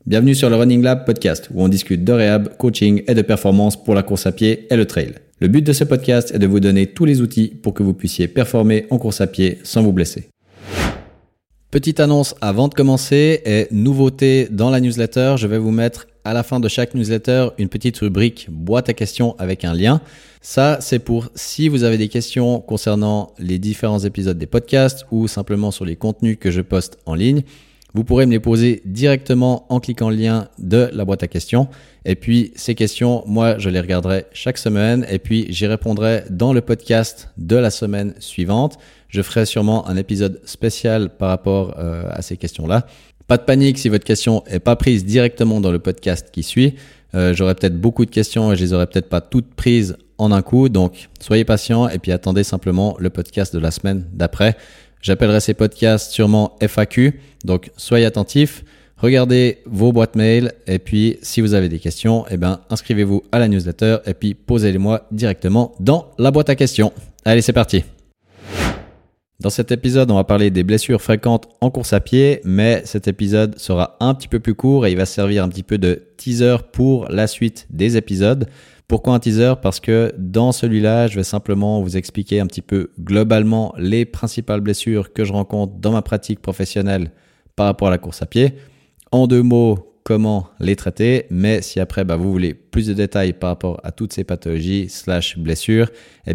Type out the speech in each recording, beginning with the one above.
Bienvenue sur le Running Lab podcast où on discute de réhab, coaching et de performance pour la course à pied et le trail. Le but de ce podcast est de vous donner tous les outils pour que vous puissiez performer en course à pied sans vous blesser. Petite annonce avant de commencer et nouveauté dans la newsletter, je vais vous mettre à la fin de chaque newsletter une petite rubrique boîte à questions avec un lien. Ça, c'est pour si vous avez des questions concernant les différents épisodes des podcasts ou simplement sur les contenus que je poste en ligne. Vous pourrez me les poser directement en cliquant le lien de la boîte à questions. Et puis, ces questions, moi, je les regarderai chaque semaine et puis j'y répondrai dans le podcast de la semaine suivante. Je ferai sûrement un épisode spécial par rapport à ces questions-là. Pas de panique si votre question n'est pas prise directement dans le podcast qui suit. J'aurai peut-être beaucoup de questions et je les aurai peut-être pas toutes prises en un coup. Donc, soyez patient et puis attendez simplement le podcast de la semaine d'après. J'appellerai ces podcasts sûrement FAQ, donc soyez attentifs, regardez vos boîtes mail et puis si vous avez des questions, inscrivez-vous à la newsletter et puis posez-les-moi directement dans la boîte à questions. Allez, c'est parti. Dans cet épisode, on va parler des blessures fréquentes en course à pied, mais cet épisode sera un petit peu plus court et il va servir un petit peu de teaser pour la suite des épisodes. Pourquoi un teaser ? Parce que dans celui-là, je vais simplement vous expliquer un petit peu globalement les principales blessures que je rencontre dans ma pratique professionnelle par rapport à la course à pied. En 2 mots, comment les traiter, mais si après vous voulez plus de détails par rapport à toutes ces pathologies / blessures,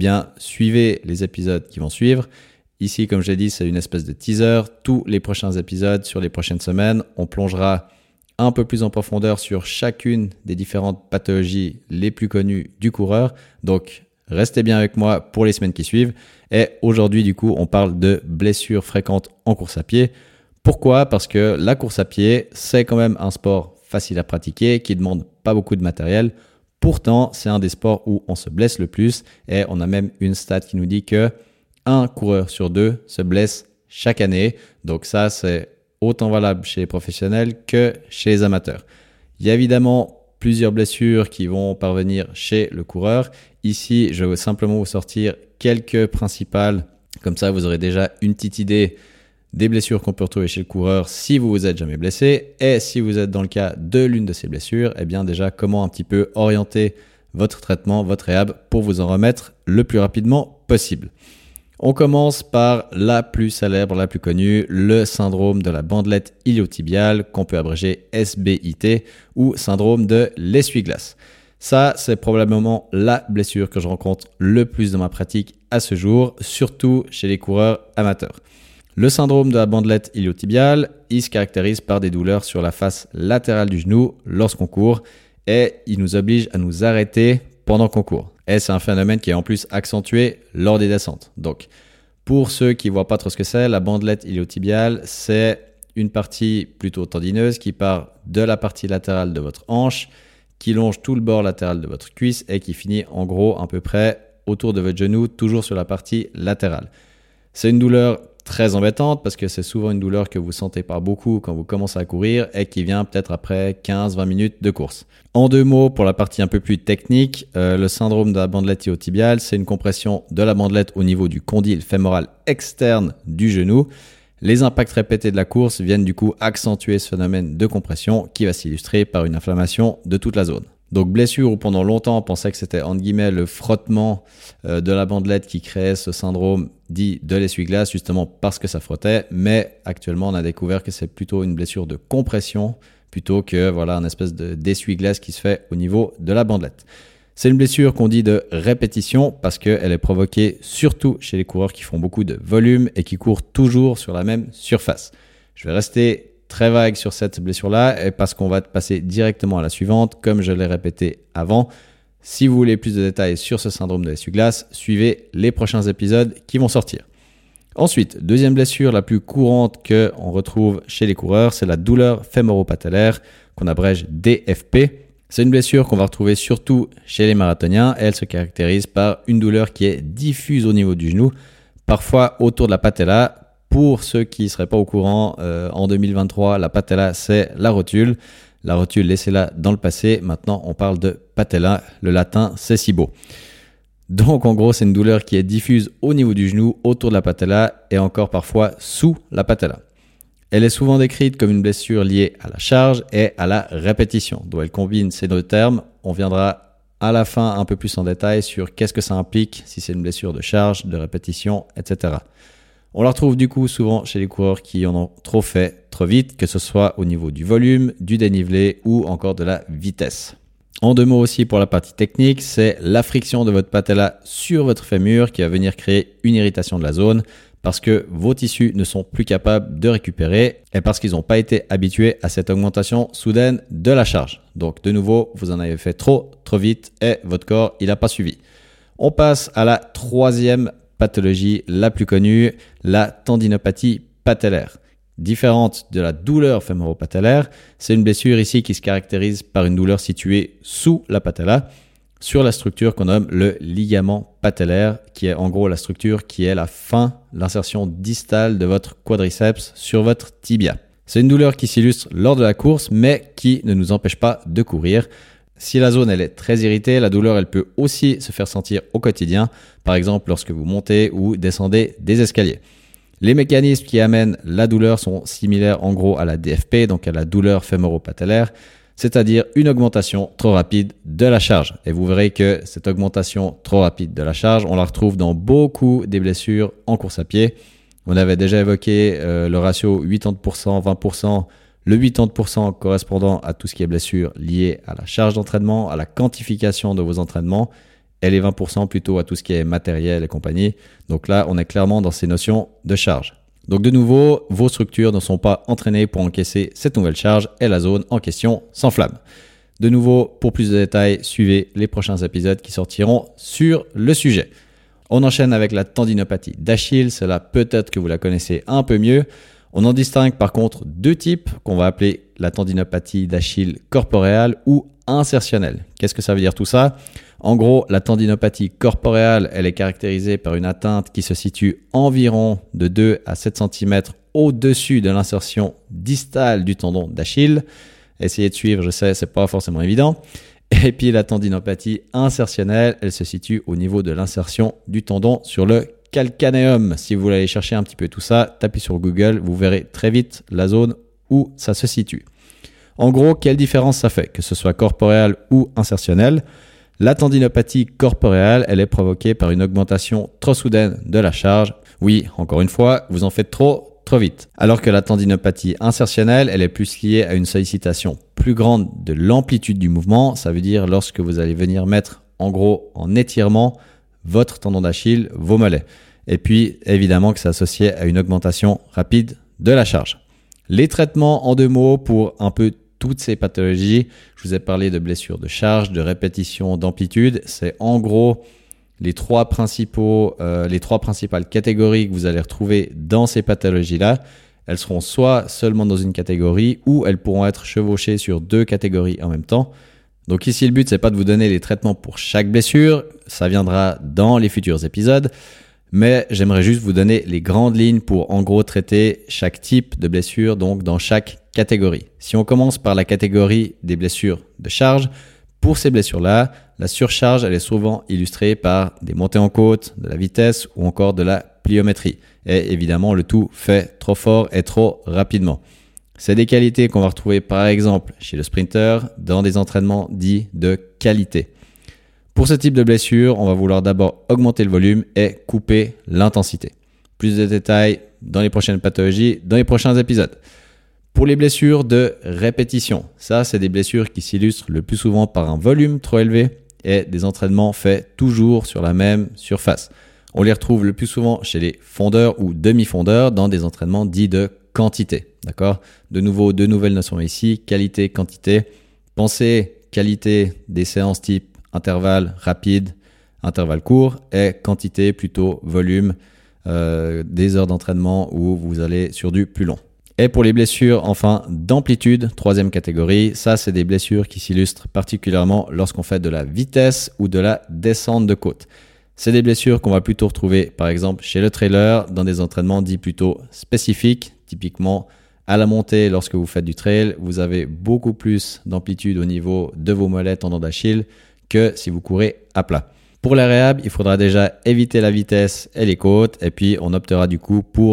suivez les épisodes qui vont suivre. Ici, comme je l'ai dit, c'est une espèce de teaser. Tous les prochains épisodes sur les prochaines semaines, on plongera un peu plus en profondeur sur chacune des différentes pathologies les plus connues du coureur. Donc, restez bien avec moi pour les semaines qui suivent. Et aujourd'hui, du coup, on parle de blessures fréquentes en course à pied. Pourquoi ? Parce que la course à pied, c'est quand même un sport facile à pratiquer, qui demande pas beaucoup de matériel. Pourtant, c'est un des sports où on se blesse le plus. Et on a même une stat qui nous dit que 1 coureur sur 2 se blesse chaque année. Donc ça, c'est autant valable chez les professionnels que chez les amateurs. Il y a évidemment plusieurs blessures qui vont parvenir chez le coureur. Ici, je vais simplement vous sortir quelques principales. Comme ça, vous aurez déjà une petite idée des blessures qu'on peut retrouver chez le coureur si vous vous êtes jamais blessé. Et si vous êtes dans le cas de l'une de ces blessures, déjà comment un petit peu orienter votre traitement, votre réhab pour vous en remettre le plus rapidement possible. On commence par la plus célèbre, la plus connue, le syndrome de la bandelette iliotibiale, qu'on peut abréger SBIT, ou syndrome de l'essuie-glace. Ça, c'est probablement la blessure que je rencontre le plus dans ma pratique à ce jour, surtout chez les coureurs amateurs. Le syndrome de la bandelette iliotibiale, il se caractérise par des douleurs sur la face latérale du genou lorsqu'on court et il nous oblige à nous arrêter pendant qu'on court. Et c'est un phénomène qui est en plus accentué lors des descentes. Donc, pour ceux qui ne voient pas trop ce que c'est, la bandelette iliotibiale, c'est une partie plutôt tendineuse qui part de la partie latérale de votre hanche, qui longe tout le bord latéral de votre cuisse et qui finit en gros à peu près autour de votre genou, toujours sur la partie latérale. C'est une douleur très embêtante parce que c'est souvent une douleur que vous sentez pas beaucoup quand vous commencez à courir et qui vient peut-être après 15-20 minutes de course. En 2 mots, pour la partie un peu plus technique, le syndrome de la bandelette iliotibiale, c'est une compression de la bandelette au niveau du condyle fémoral externe du genou. Les impacts répétés de la course viennent du coup accentuer ce phénomène de compression qui va s'illustrer par une inflammation de toute la zone. Donc blessure où pendant longtemps on pensait que c'était entre guillemets le frottement de la bandelette qui créait ce syndrome dit de l'essuie-glace justement parce que ça frottait, mais actuellement on a découvert que c'est plutôt une blessure de compression plutôt que un espèce d'essuie-glace qui se fait au niveau de la bandelette. C'est une blessure qu'on dit de répétition parce qu'elle est provoquée surtout chez les coureurs qui font beaucoup de volume et qui courent toujours sur la même surface. Je vais rester très vague sur cette blessure-là et parce qu'on va passer directement à la suivante, comme je l'ai répété avant. Si vous voulez plus de détails sur ce syndrome de l'essuie-glace, suivez les prochains épisodes qui vont sortir. Ensuite, deuxième blessure la plus courante qu'on retrouve chez les coureurs, c'est la douleur fémoro-patellaire qu'on abrège DFP. C'est une blessure qu'on va retrouver surtout chez les marathoniens et elle se caractérise par une douleur qui est diffuse au niveau du genou, parfois autour de la patella. Pour ceux qui ne seraient pas au courant, en 2023, la patella, c'est la rotule. La rotule, laissez-la dans le passé. Maintenant, on parle de patella. Le latin, c'est SIBO. Donc, en gros, c'est une douleur qui est diffuse au niveau du genou, autour de la patella et encore parfois sous la patella. Elle est souvent décrite comme une blessure liée à la charge et à la répétition, d'où elle combine ces deux termes. On viendra à la fin un peu plus en détail sur qu'est-ce que ça implique, si c'est une blessure de charge, de répétition, etc. On la retrouve du coup souvent chez les coureurs qui en ont trop fait, trop vite, que ce soit au niveau du volume, du dénivelé ou encore de la vitesse. En 2 mots aussi pour la partie technique, c'est la friction de votre patella sur votre fémur qui va venir créer une irritation de la zone parce que vos tissus ne sont plus capables de récupérer et parce qu'ils n'ont pas été habitués à cette augmentation soudaine de la charge. Donc de nouveau, vous en avez fait trop vite et votre corps, il n'a pas suivi. On passe à la 3e pathologie la plus connue, la tendinopathie patellaire. Différente de la douleur fémoro-patellaire, c'est une blessure ici qui se caractérise par une douleur située sous la patella, sur la structure qu'on nomme le ligament patellaire, qui est en gros la structure qui est la fin, l'insertion distale de votre quadriceps sur votre tibia. C'est une douleur qui s'illustre lors de la course, mais qui ne nous empêche pas de courir. Si la zone elle est très irritée, la douleur elle peut aussi se faire sentir au quotidien, par exemple lorsque vous montez ou descendez des escaliers. Les mécanismes qui amènent la douleur sont similaires en gros à la DFP, donc à la douleur fémoro-patellaire, c'est-à-dire une augmentation trop rapide de la charge. Et vous verrez que cette augmentation trop rapide de la charge, on la retrouve dans beaucoup des blessures en course à pied. On avait déjà évoqué le ratio 80%, 20%, le 80% correspondant à tout ce qui est blessure liée à la charge d'entraînement, à la quantification de vos entraînements, et les 20% plutôt à tout ce qui est matériel et compagnie. Donc là, on est clairement dans ces notions de charge. Donc de nouveau, vos structures ne sont pas entraînées pour encaisser cette nouvelle charge et la zone en question s'enflamme. De nouveau, pour plus de détails, suivez les prochains épisodes qui sortiront sur le sujet. On enchaîne avec la tendinopathie d'Achille. Celle-là, peut-être que vous la connaissez un peu mieux. On en distingue par contre 2 types qu'on va appeler la tendinopathie d'Achille corporéale ou insertionnelle. Qu'est-ce que ça veut dire tout ça ? En gros, la tendinopathie corporéale, elle est caractérisée par une atteinte qui se situe environ de 2 à 7 cm au-dessus de l'insertion distale du tendon d'Achille. Essayez de suivre, je sais, c'est pas forcément évident. Et puis la tendinopathie insertionnelle, elle se situe au niveau de l'insertion du tendon sur le calcanéum. Si vous voulez aller chercher un petit peu tout ça, tapez sur Google, vous verrez très vite la zone où ça se situe. En gros, quelle différence ça fait, que ce soit corporéal ou insertionnel ? La tendinopathie corporéale, elle est provoquée par une augmentation trop soudaine de la charge. Oui, encore une fois, vous en faites trop vite. Alors que la tendinopathie insertionnelle, elle est plus liée à une sollicitation plus grande de l'amplitude du mouvement. Ça veut dire lorsque vous allez venir mettre, en gros, en étirement, votre tendon d'Achille, vos mollets. Et puis, évidemment que c'est associé à une augmentation rapide de la charge. Les traitements en 2 mots pour un peu toutes ces pathologies. Je vous ai parlé de blessures de charge, de répétition, d'amplitude. C'est en gros les 3 principales catégories que vous allez retrouver dans ces pathologies-là. Elles seront soit seulement dans une catégorie ou elles pourront être chevauchées sur 2 catégories en même temps. Donc ici, le but, c'est pas de vous donner les traitements pour chaque blessure. Ça viendra dans les futurs épisodes. Mais j'aimerais juste vous donner les grandes lignes pour en gros traiter chaque type de blessure, donc dans chaque catégorie. Si on commence par la catégorie des blessures de charge, pour ces blessures-là, la surcharge, elle est souvent illustrée par des montées en côte, de la vitesse ou encore de la pliométrie. Et évidemment, le tout fait trop fort et trop rapidement. C'est des qualités qu'on va retrouver par exemple chez le sprinter dans des entraînements dits de qualité. Pour ce type de blessure, on va vouloir d'abord augmenter le volume et couper l'intensité. Plus de détails dans les prochaines pathologies, dans les prochains épisodes. Pour les blessures de répétition, ça c'est des blessures qui s'illustrent le plus souvent par un volume trop élevé et des entraînements faits toujours sur la même surface. On les retrouve le plus souvent chez les fondeurs ou demi-fondeurs dans des entraînements dits de quantité. D'accord ? De nouveau, 2 nouvelles notions ici, qualité, quantité. Pensez qualité des séances type intervalle rapide, intervalle court et quantité plutôt volume des heures d'entraînement où vous allez sur du plus long. Et pour les blessures, enfin, d'amplitude, 3e catégorie, ça c'est des blessures qui s'illustrent particulièrement lorsqu'on fait de la vitesse ou de la descente de côte. C'est des blessures qu'on va plutôt retrouver par exemple chez le trailer dans des entraînements dits plutôt spécifiques, typiquement à la montée lorsque vous faites du trail, vous avez beaucoup plus d'amplitude au niveau de vos mollets tendons d'Achille que si vous courez à plat. Pour la réhab, il faudra déjà éviter la vitesse et les côtes et puis on optera du coup pour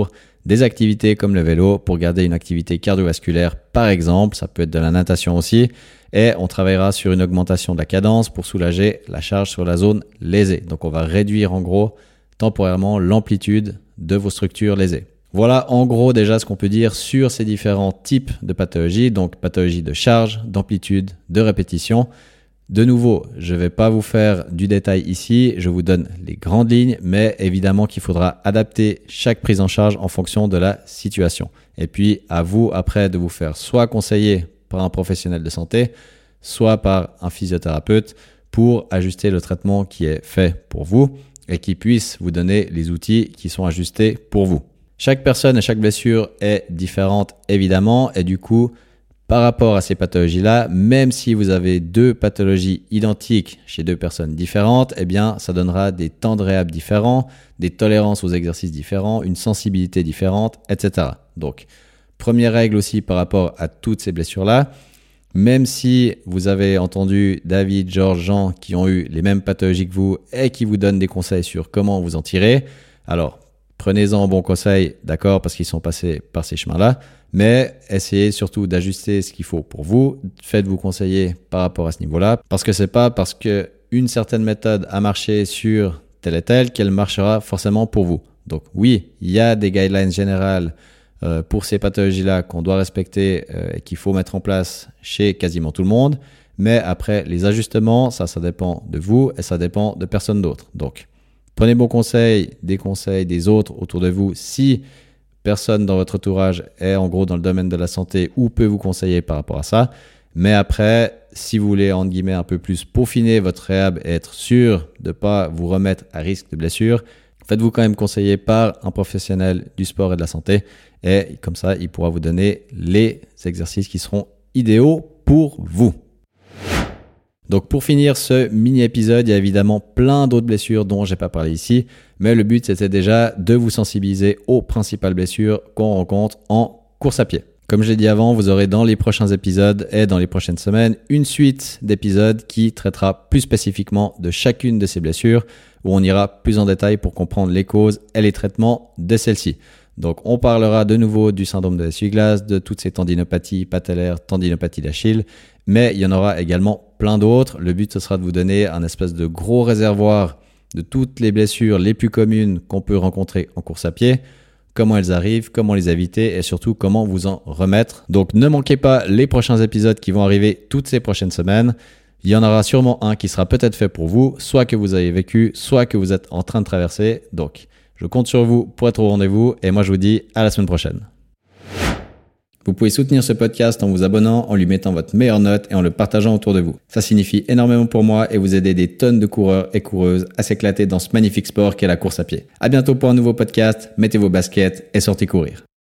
des activités comme le vélo pour garder une activité cardiovasculaire par exemple, ça peut être de la natation aussi, et on travaillera sur une augmentation de la cadence pour soulager la charge sur la zone lésée. Donc on va réduire en gros temporairement l'amplitude de vos structures lésées. Voilà en gros déjà ce qu'on peut dire sur ces différents types de pathologies, donc pathologie de charge, d'amplitude, de répétition. De nouveau, je ne vais pas vous faire du détail ici, je vous donne les grandes lignes, mais évidemment qu'il faudra adapter chaque prise en charge en fonction de la situation. Et puis à vous après de vous faire soit conseiller par un professionnel de santé, soit par un physiothérapeute pour ajuster le traitement qui est fait pour vous et qui puisse vous donner les outils qui sont ajustés pour vous. Chaque personne et chaque blessure est différente évidemment et du coup, par rapport à ces pathologies-là, même si vous avez deux pathologies identiques chez deux personnes différentes, eh bien, ça donnera des temps de réhab différents, des tolérances aux exercices différents, une sensibilité différente, etc. Donc, première règle aussi par rapport à toutes ces blessures-là, même si vous avez entendu David, Georges, Jean qui ont eu les mêmes pathologies que vous et qui vous donnent des conseils sur comment vous en tirer, alors prenez-en bon conseil, d'accord, parce qu'ils sont passés par ces chemins-là, mais essayez surtout d'ajuster ce qu'il faut pour vous. Faites-vous conseiller par rapport à ce niveau-là, parce que c'est pas parce que une certaine méthode a marché sur telle et telle qu'elle marchera forcément pour vous. Donc oui, il y a des guidelines générales pour ces pathologies-là qu'on doit respecter et qu'il faut mettre en place chez quasiment tout le monde, mais après les ajustements, ça dépend de vous et ça dépend de personne d'autre. Donc prenez bon conseil des autres autour de vous si personne dans votre entourage est en gros dans le domaine de la santé ou peut vous conseiller par rapport à ça. Mais après, si vous voulez entre guillemets un peu plus peaufiner votre réhab et être sûr de ne pas vous remettre à risque de blessure, faites-vous quand même conseiller par un professionnel du sport et de la santé et comme ça, il pourra vous donner les exercices qui seront idéaux pour vous. Donc pour finir ce mini-épisode, il y a évidemment plein d'autres blessures dont j'ai pas parlé ici, mais le but c'était déjà de vous sensibiliser aux principales blessures qu'on rencontre en course à pied. Comme je l'ai dit avant, vous aurez dans les prochains épisodes et dans les prochaines semaines une suite d'épisodes qui traitera plus spécifiquement de chacune de ces blessures où on ira plus en détail pour comprendre les causes et les traitements de celles-ci. Donc on parlera de nouveau du syndrome de l'essuie-glace, de toutes ces tendinopathies patellaires, tendinopathie d'Achille, mais il y en aura également plein d'autres. Le but ce sera de vous donner un espèce de gros réservoir de toutes les blessures les plus communes qu'on peut rencontrer en course à pied, comment elles arrivent, comment les éviter et surtout comment vous en remettre. Donc ne manquez pas les prochains épisodes qui vont arriver toutes ces prochaines semaines. Il y en aura sûrement un qui sera peut-être fait pour vous, soit que vous avez vécu, soit que vous êtes en train de traverser. Donc je compte sur vous pour être au rendez-vous et moi je vous dis à la semaine prochaine. Vous pouvez soutenir ce podcast en vous abonnant, en lui mettant votre meilleure note et en le partageant autour de vous. Ça signifie énormément pour moi et vous aidez des tonnes de coureurs et coureuses à s'éclater dans ce magnifique sport qu'est la course à pied. À bientôt pour un nouveau podcast, mettez vos baskets et sortez courir.